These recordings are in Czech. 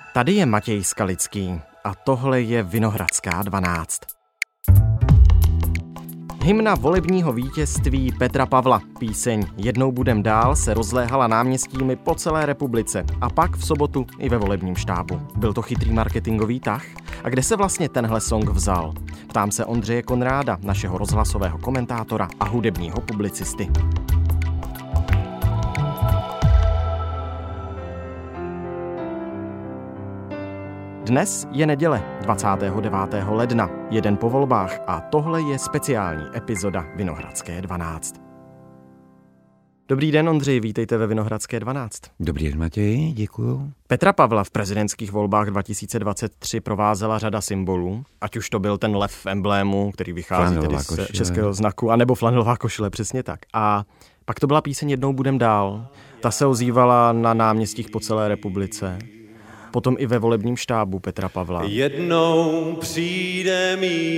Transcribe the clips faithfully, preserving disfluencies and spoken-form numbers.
Tady je Matěj Skalický a tohle je Vinohradská dvanáct. Hymna volebního vítězství Petra Pavla, píseň Jednou budem dál, se rozléhala náměstími po celé republice a pak v sobotu i ve volebním štábu. Byl to chytrý marketingový tah? A kde se vlastně tenhle song vzal? Ptám se Ondřeje Konráda, našeho rozhlasového komentátora a hudebního publicisty. Dnes je neděle, dvacátého devátého ledna, jeden po volbách a tohle je speciální epizoda Vinohradské dvanáct. Dobrý den, Ondřej, vítejte ve Vinohradské dvanáct. Dobrý den, Matěj, děkuju. Petra Pavla v prezidentských volbách dva tisíce dvacet tři provázela řada symbolů, ať už to byl ten lev v emblému, který vychází tedy z košile. Českého znaku, anebo flanelová košile, přesně tak. A pak to byla píseň Jednou budem dál. Ta se ozývala na náměstích po celé republice. Potom i ve volebním štábu Petra Pavla. Jednou přijde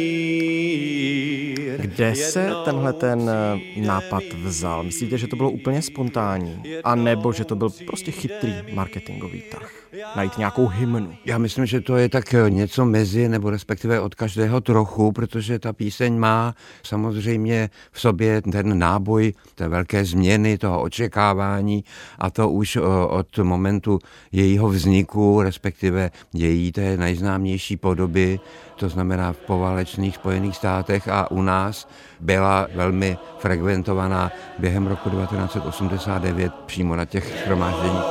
mír. Kde se tenhle ten nápad vzal? Myslíte, že to bylo úplně spontánní? A nebo že to byl prostě chytrý marketingový tah? Najít nějakou hymnu? Já myslím, že to je tak něco mezi, nebo respektive od každého trochu, protože ta píseň má samozřejmě v sobě ten náboj té velké změny, toho očekávání, a to už od momentu jejího vzniku, respektive její té nejznámější podoby, to znamená v poválečných Spojených státech a u nás byla velmi frekventovaná během roku devatenáct set osmdesát devět přímo na těch shromážděních.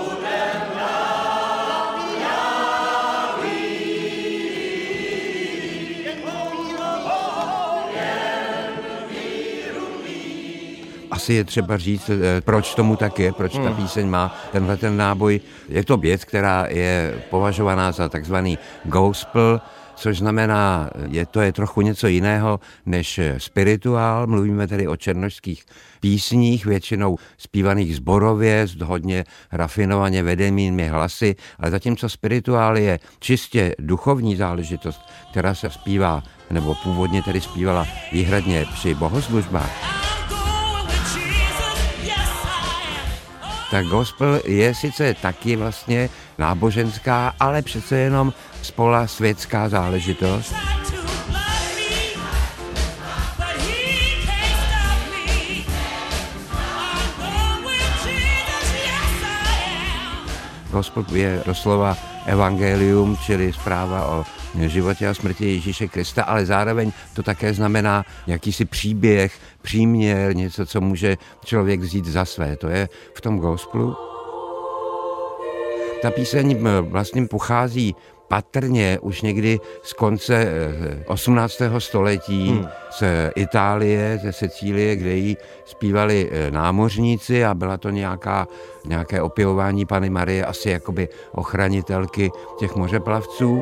Asi je třeba říct, proč tomu tak je, proč ta píseň má tenhle ten náboj. Je to věc, která je považovaná za takzvaný gospel, což znamená, je to je trochu něco jiného než spirituál. Mluvíme tedy o černošských písních, většinou zpívaných sborově, s hodně rafinovaně vedenými hlasy, ale zatímco spirituál je čistě duchovní záležitost, která se zpívá, nebo původně tedy zpívala výhradně při bohoslužbách. Tak gospel je sice taky vlastně náboženská, ale přece jenom spola světská záležitost. Gospel je doslova evangelium, čili zpráva o životě a smrti Ježíše Krista, ale zároveň to také znamená jakýsi příběh, příměr, něco, co může člověk vzít za své. To je v tom gospelu. Ta píseň vlastně pochází patrně už někdy z konce osmnáctého století hmm. z Itálie, ze Sicílie, kde ji zpívali námořníci a byla to nějaká, nějaké opěvování Panny Marie, asi jakoby ochranitelky těch mořeplavců.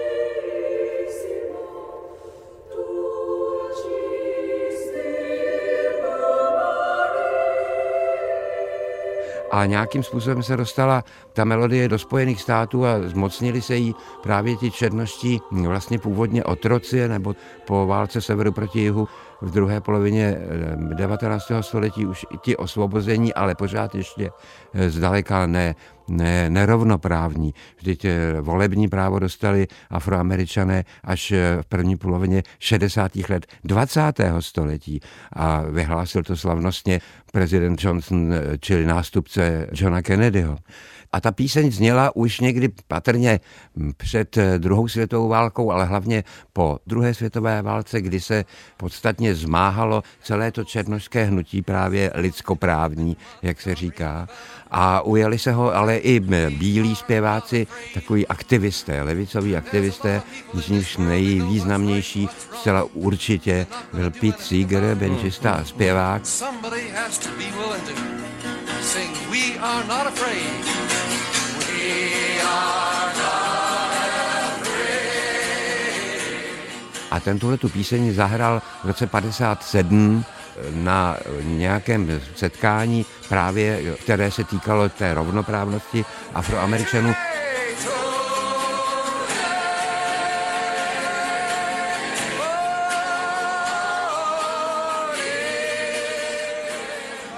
A nějakým způsobem se dostala ta melodie do Spojených států a zmocnili se jí právě ti černoští vlastně původně otroci, nebo po válce severu proti jihu v druhé polovině devatenáctého století už i ti osvobození, ale pořád ještě zdaleka ne, ne, nerovnoprávní. Vždyť volební právo dostali Afroameričané až v první polovině šedesátých let dvacátého století a vyhlásil to slavnostně prezident Johnson, čili nástupce Johna Kennedyho. A ta píseň zněla už někdy patrně před druhou světovou válkou, ale hlavně po druhé světové válce, kdy se podstatně zmáhalo celé to černošské hnutí, právě lidskoprávní, jak se říká. A ujali se ho ale i bílí zpěváci, takový aktivisté, levicoví aktivisté, z nichž nejvýznamnější zcela určitě byl Pete Seeger, benžista a zpěvák. We are not afraid. We are not afraid. A ten tuhletu píseň zahrál v roce padesát sedm na nějakém setkání právě, které se týkalo té rovnoprávnosti Afroameričanů.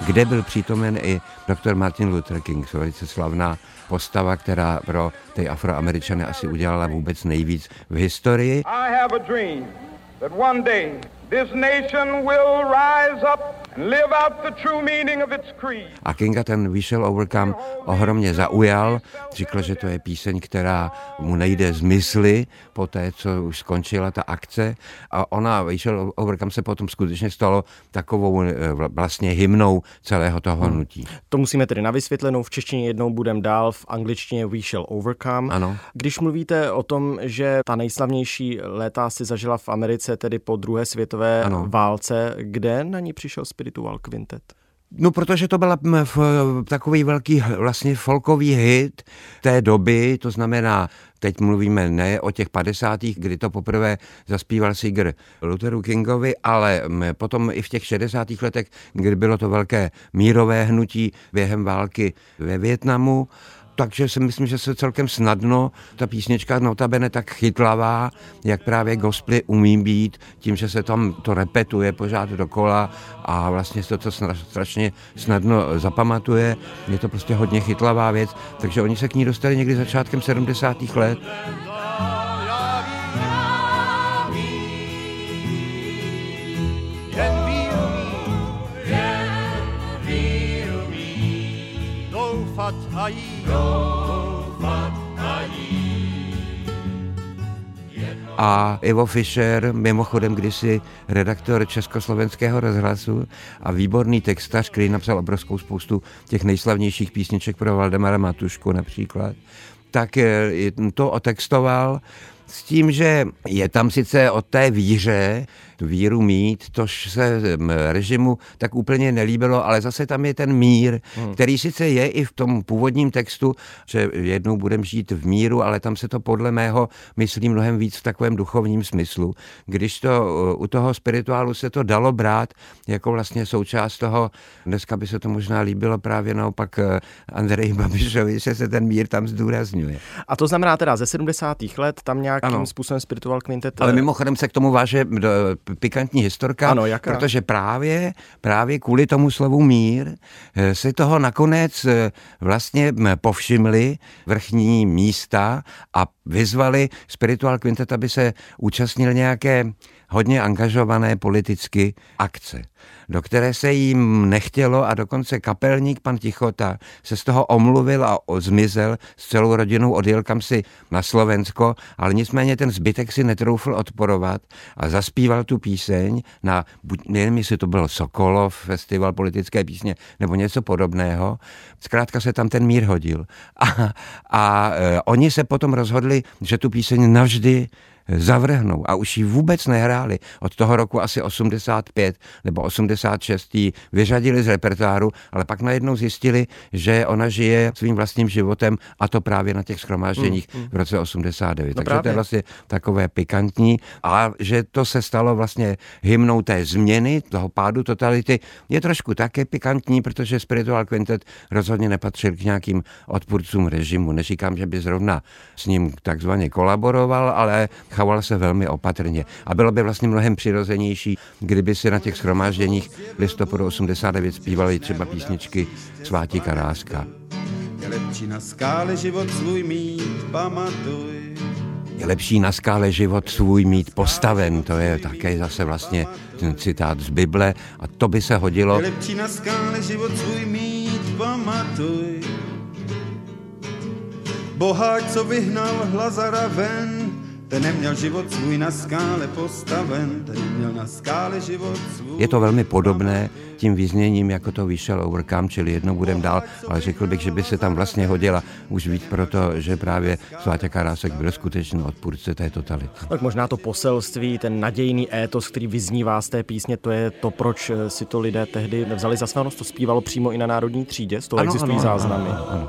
kde byl přítomen i doktor Martin Luther King, velice slavná postava, která pro ty Afroameričany asi udělala vůbec nejvíc v historii. I have a dream that one day this nation will rise up and live out the true meaning of its creed. A Kinga ten We Shall Overcome ohromně zaujal. Říkal, že to je píseň, která mu nejde z mysli po té, co už skončila ta akce. A ona, We Shall Overcome, se potom skutečně stalo takovou vlastně hymnou celého toho hnutí. Hmm. To musíme tedy na vysvětlenou. V češtině jednou budem dál, v angličtině We Shall Overcome. Ano. Když mluvíte o tom, že ta nejslavnější léta si zažila v Americe, tedy po druhé světové ano. válce, kde na ní přišel Spiritual Quintet? No, protože to byl takový velký vlastně folkový hit té doby, to znamená, teď mluvíme ne o těch padesátých, kdy to poprvé zaspíval Seeger Lutheru Kingovi, ale potom i v těch šedesátých letech, kdy bylo to velké mírové hnutí během války ve Vietnamu. Takže si myslím, že se celkem snadno ta písnička notabene tak chytlavá, jak právě gospely umí být, tím, že se tam to repetuje pořád dokola a vlastně se to strašně snadno zapamatuje. Je to prostě hodně chytlavá věc, takže oni se k ní dostali někdy začátkem sedmdesátých let. A Ivo Fischer, mimochodem kdysi redaktor Československého rozhlasu a výborný textař, který napsal obrovskou spoustu těch nejslavnějších písniček pro Valdemara Matušku například, tak to otextoval s tím, že je tam sice o té víře, tu víru mít, tož se režimu tak úplně nelíbilo, ale zase tam je ten mír, hmm. který sice je i v tom původním textu, že jednou budeme žít v míru, ale tam se to podle mého myslí mnohem víc v takovém duchovním smyslu. Když to u toho spirituálu se to dalo brát jako vlastně součást toho, dneska by se to možná líbilo právě naopak Andreji Babišovi, že se ten mír tam zdůrazňuje. A to znamená teda ze sedmdesátých let tam nějakým ano. způsobem Spiritual Quintet. Ale mimochodem se k tomu váže pikantní historka, ano, protože právě, právě kvůli tomu slovu mír se toho nakonec vlastně povšimli vrchní místa a vyzvali Spiritual Quintet, aby se účastnil nějaké hodně angažované politicky akce, do které se jim nechtělo a dokonce kapelník pan Tichota se z toho omluvil a zmizel s celou rodinou, odjel kam si na Slovensko, ale nicméně ten zbytek si netroufl odporovat a zaspíval tu píseň na, nevím, jestli to byl Sokolov, festival politické písně nebo něco podobného. Zkrátka se tam ten mír hodil. A, a e, oni se potom rozhodli, že tu píseň navždy zavrhnou a už ji vůbec nehráli. Od toho roku asi osmdesát pět nebo osmdesát šest ji vyřadili z repertoáru, ale pak najednou zjistili, že ona žije svým vlastním životem a to právě na těch shromážděních mm, mm. v roce osmdesát devět. No Takže právě. To je vlastně takové pikantní a že to se stalo vlastně hymnou té změny, toho pádu totality, je trošku také pikantní, protože Spiritual Quintet rozhodně nepatřil k nějakým odpůrcům režimu. Neříkám, že by zrovna s ním takzvaně kolaboroval, ale choval se velmi opatrně. A bylo by vlastně mnohem přirozenější, kdyby si na těch shromážděních v listopadu osmdesát devět zpívali třeba písničky Sváti Karáska. Je lepší na skále život svůj mít, pamatuj. Je lepší na skále život svůj mít postaven, to je také zase vlastně ten citát z Bible a to by se hodilo. Je lepší na skále život svůj mít, pamatuj. Boháč, co vyhnal Lazara ven, ten neměl život svůj na skále postaven, ten neměl na skále život svůj. Je to velmi podobné tím význěním, jako to We Shall Overcome, čili jednou budem dál, ale řekl bych, že by se tam vlastně hodila už víc proto, že právě Sváťa Karásek byl skutečný odpůrce té totality. Tak možná to poselství, ten nadějný étos, který vyznívá z té písně, to je to, proč si to lidé tehdy vzali za své, to zpívalo přímo i na Národní třídě, z toho ano, existují ano, záznamy. Ano, ano.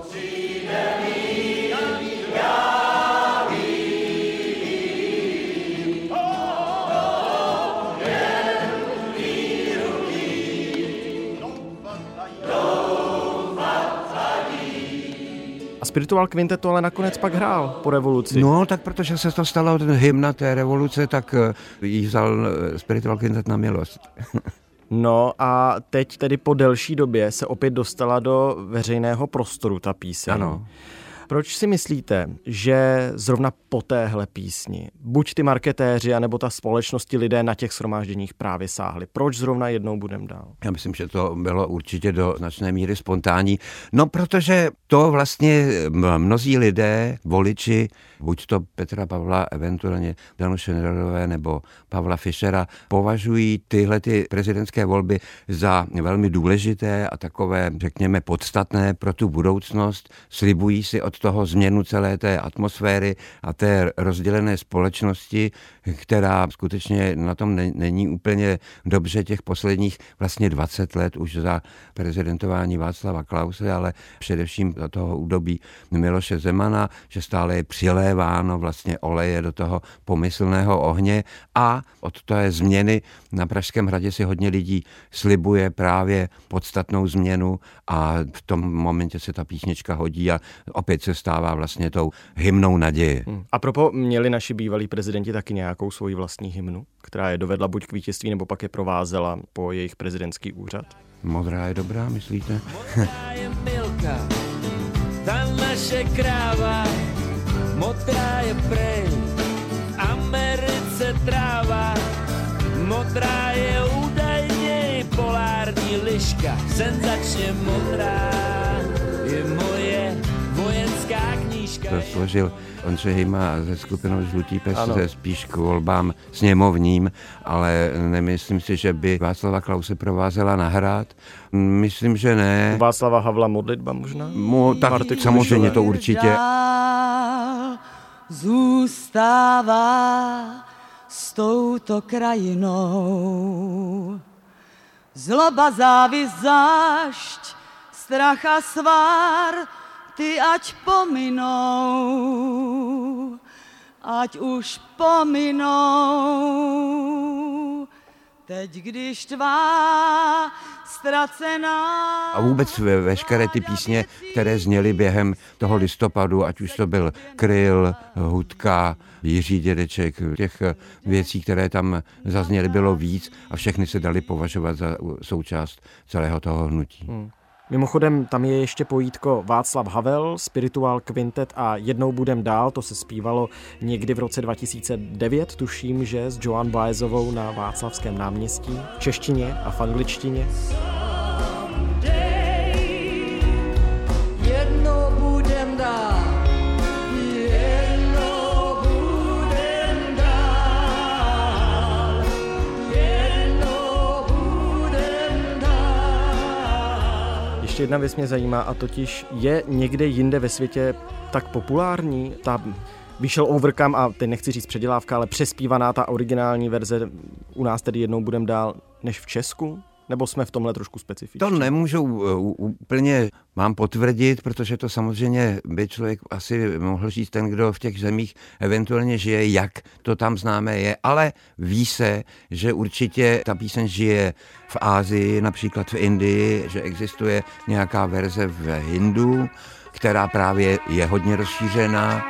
Spiritual Quintet to ale nakonec pak hrál po revoluci. No, tak protože se to stalo ten hymna té revoluce, tak jí vzal Spiritual Quintet na milost. No a teď tedy po delší době se opět dostala do veřejného prostoru ta píseň. Ano. Proč si myslíte, že zrovna po téhle písni buď ty marketéři, anebo ta společnosti lidé na těch shromážděních právě sáhli? Proč zrovna Jednou budem dál? Já myslím, že to bylo určitě do značné míry spontánní. No, protože to vlastně mnozí lidé, voliči, buď to Petra Pavla, eventuálně Danu Schneerové nebo Pavla Fischera, považují tyhle ty prezidentské volby za velmi důležité a takové, řekněme, podstatné pro tu budoucnost. Slibují si od toho změnu celé té atmosféry a té rozdělené společnosti, která skutečně na tom není úplně dobře těch posledních vlastně dvacet let už za prezidentování Václava Klause, ale především za toho údobí Miloše Zemana, že stále je přiléváno vlastně oleje do toho pomyslného ohně a od té změny na Pražském hradě si hodně lidí slibuje právě podstatnou změnu a v tom momentě se ta písnička hodí a opět se stává vlastně tou hymnou naděje. Hmm. A propo, měli naši bývalí prezidenti taky nějakou svoji vlastní hymnu, která je dovedla buď k vítězství, nebo pak je provázela po jejich prezidentský úřad? Modrá je dobrá, myslíte? Modrá je Milka, ta naše kráva, modrá je prej, v Americe tráva, modrá je údajně polární liška, senzačně modrá je moje vojenská knížka. To složil Ondřej Hejma se skupinou Žlutý pes se spíš k volbám sněmovním, ale nemyslím si, že by Václava Klause provázela na hrad. Myslím, že ne. Václava Havla modlitba možná? Mo, tak Marty samozřejmě to určitě. Zůstává s touto krajinou. Zloba, závist, zášť, strach a svár, ty ať pominou, ať už pominou, teď když tvá ztracená... A vůbec veškeré ty písně, které zněly během toho listopadu, ať už to byl Kryl, Hudka, Jiří Dědeček, těch věcí, které tam zazněly, bylo víc a všechny se daly považovat za součást celého toho hnutí. Hmm. Mimochodem, tam je ještě pojítko Václav Havel, Spiritual Quintet a Jednou budem dál, to se zpívalo někdy v roce dva tisíce devět, tuším, že s Joan Baezovou na Václavském náměstí, v češtině a v angličtině. Jednou budem dál. Ještě jedna věc mě zajímá a totiž je někde jinde ve světě tak populární ta vyšel Overcome a teď nechci říct předělávka, ale přespívaná ta originální verze u nás tedy Jednou budem dál než v Česku? Nebo jsme v tomhle trošku specifičtí? To nemůžu úplně mám potvrdit, protože to samozřejmě by člověk asi mohl říct ten, kdo v těch zemích eventuálně žije, jak to tam známé je, ale ví se, že určitě ta píseň žije v Ásii, například v Indii, že existuje nějaká verze v hindu, která právě je hodně rozšířená.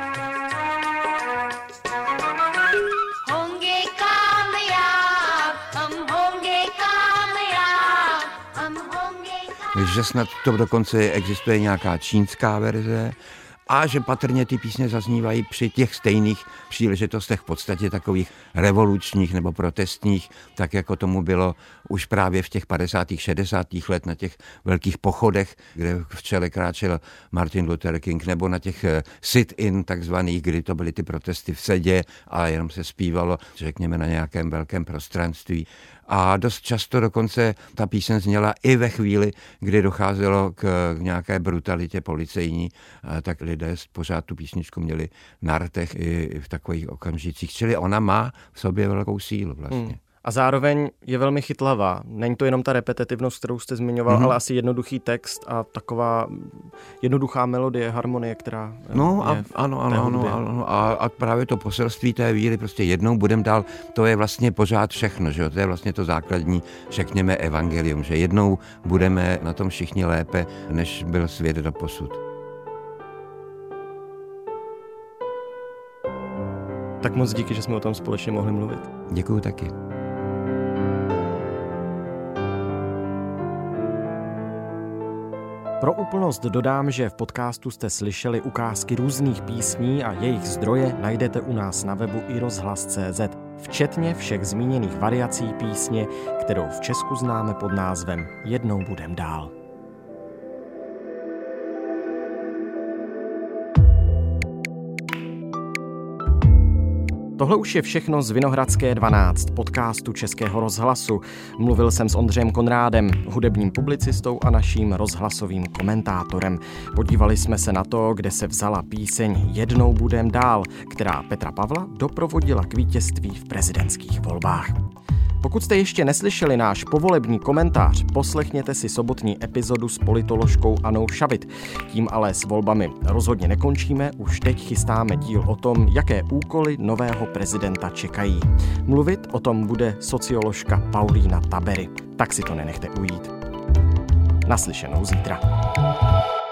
Že snad to dokonce existuje nějaká čínská verze a že patrně ty písně zaznívají při těch stejných příležitostech v podstatě takových revolučních nebo protestních, tak jako tomu bylo už právě v těch padesátých šedesátých let na těch velkých pochodech, kde v čele kráčel Martin Luther King, nebo na těch sit-in takzvaných, kdy to byly ty protesty v sedě a jenom se zpívalo, řekněme, na nějakém velkém prostranství. A dost často dokonce ta píseň zněla i ve chvíli, kdy docházelo k nějaké brutalitě policejní, tak lidé pořád tu písničku měli na rtech i v takových okamžicích. Čili ona má v sobě velkou sílu vlastně. Hmm. A zároveň je velmi chytlavá. Není to jenom ta repetitivnost, kterou jste zmiňoval, mm-hmm. ale asi jednoduchý text a taková jednoduchá melodie, harmonie, která no je a, ano, ano, ano, ano. A, a právě to poselství té víry, prostě jednou budem dál, to je vlastně pořád všechno, že jo? To je vlastně to základní, řekněme, evangelium, že jednou budeme na tom všichni lépe, než byl svět doposud. Tak moc díky, že jsme o tom společně mohli mluvit. Děkuju taky. Pro úplnost dodám, že v podcastu jste slyšeli ukázky různých písní a jejich zdroje najdete u nás na webu i rozhlas tečka cé zet, včetně všech zmíněných variací písně, kterou v Česku známe pod názvem Jednou budem dál. Tohle už je všechno z Vinohradské dvanáct, podcastu Českého rozhlasu. Mluvil jsem s Ondřejem Konrádem, hudebním publicistou a naším rozhlasovým komentátorem. Podívali jsme se na to, kde se vzala píseň Jednou budem dál, která Petra Pavla doprovodila k vítězství v prezidentských volbách. Pokud jste ještě neslyšeli náš povolební komentář, poslechněte si sobotní epizodu s politoložkou Anou Šabit. Tím ale s volbami rozhodně nekončíme, už teď chystáme díl o tom, jaké úkoly nového prezidenta čekají. Mluvit o tom bude socioložka Paulína Tabery. Tak si to nenechte ujít. Naslyšenou zítra.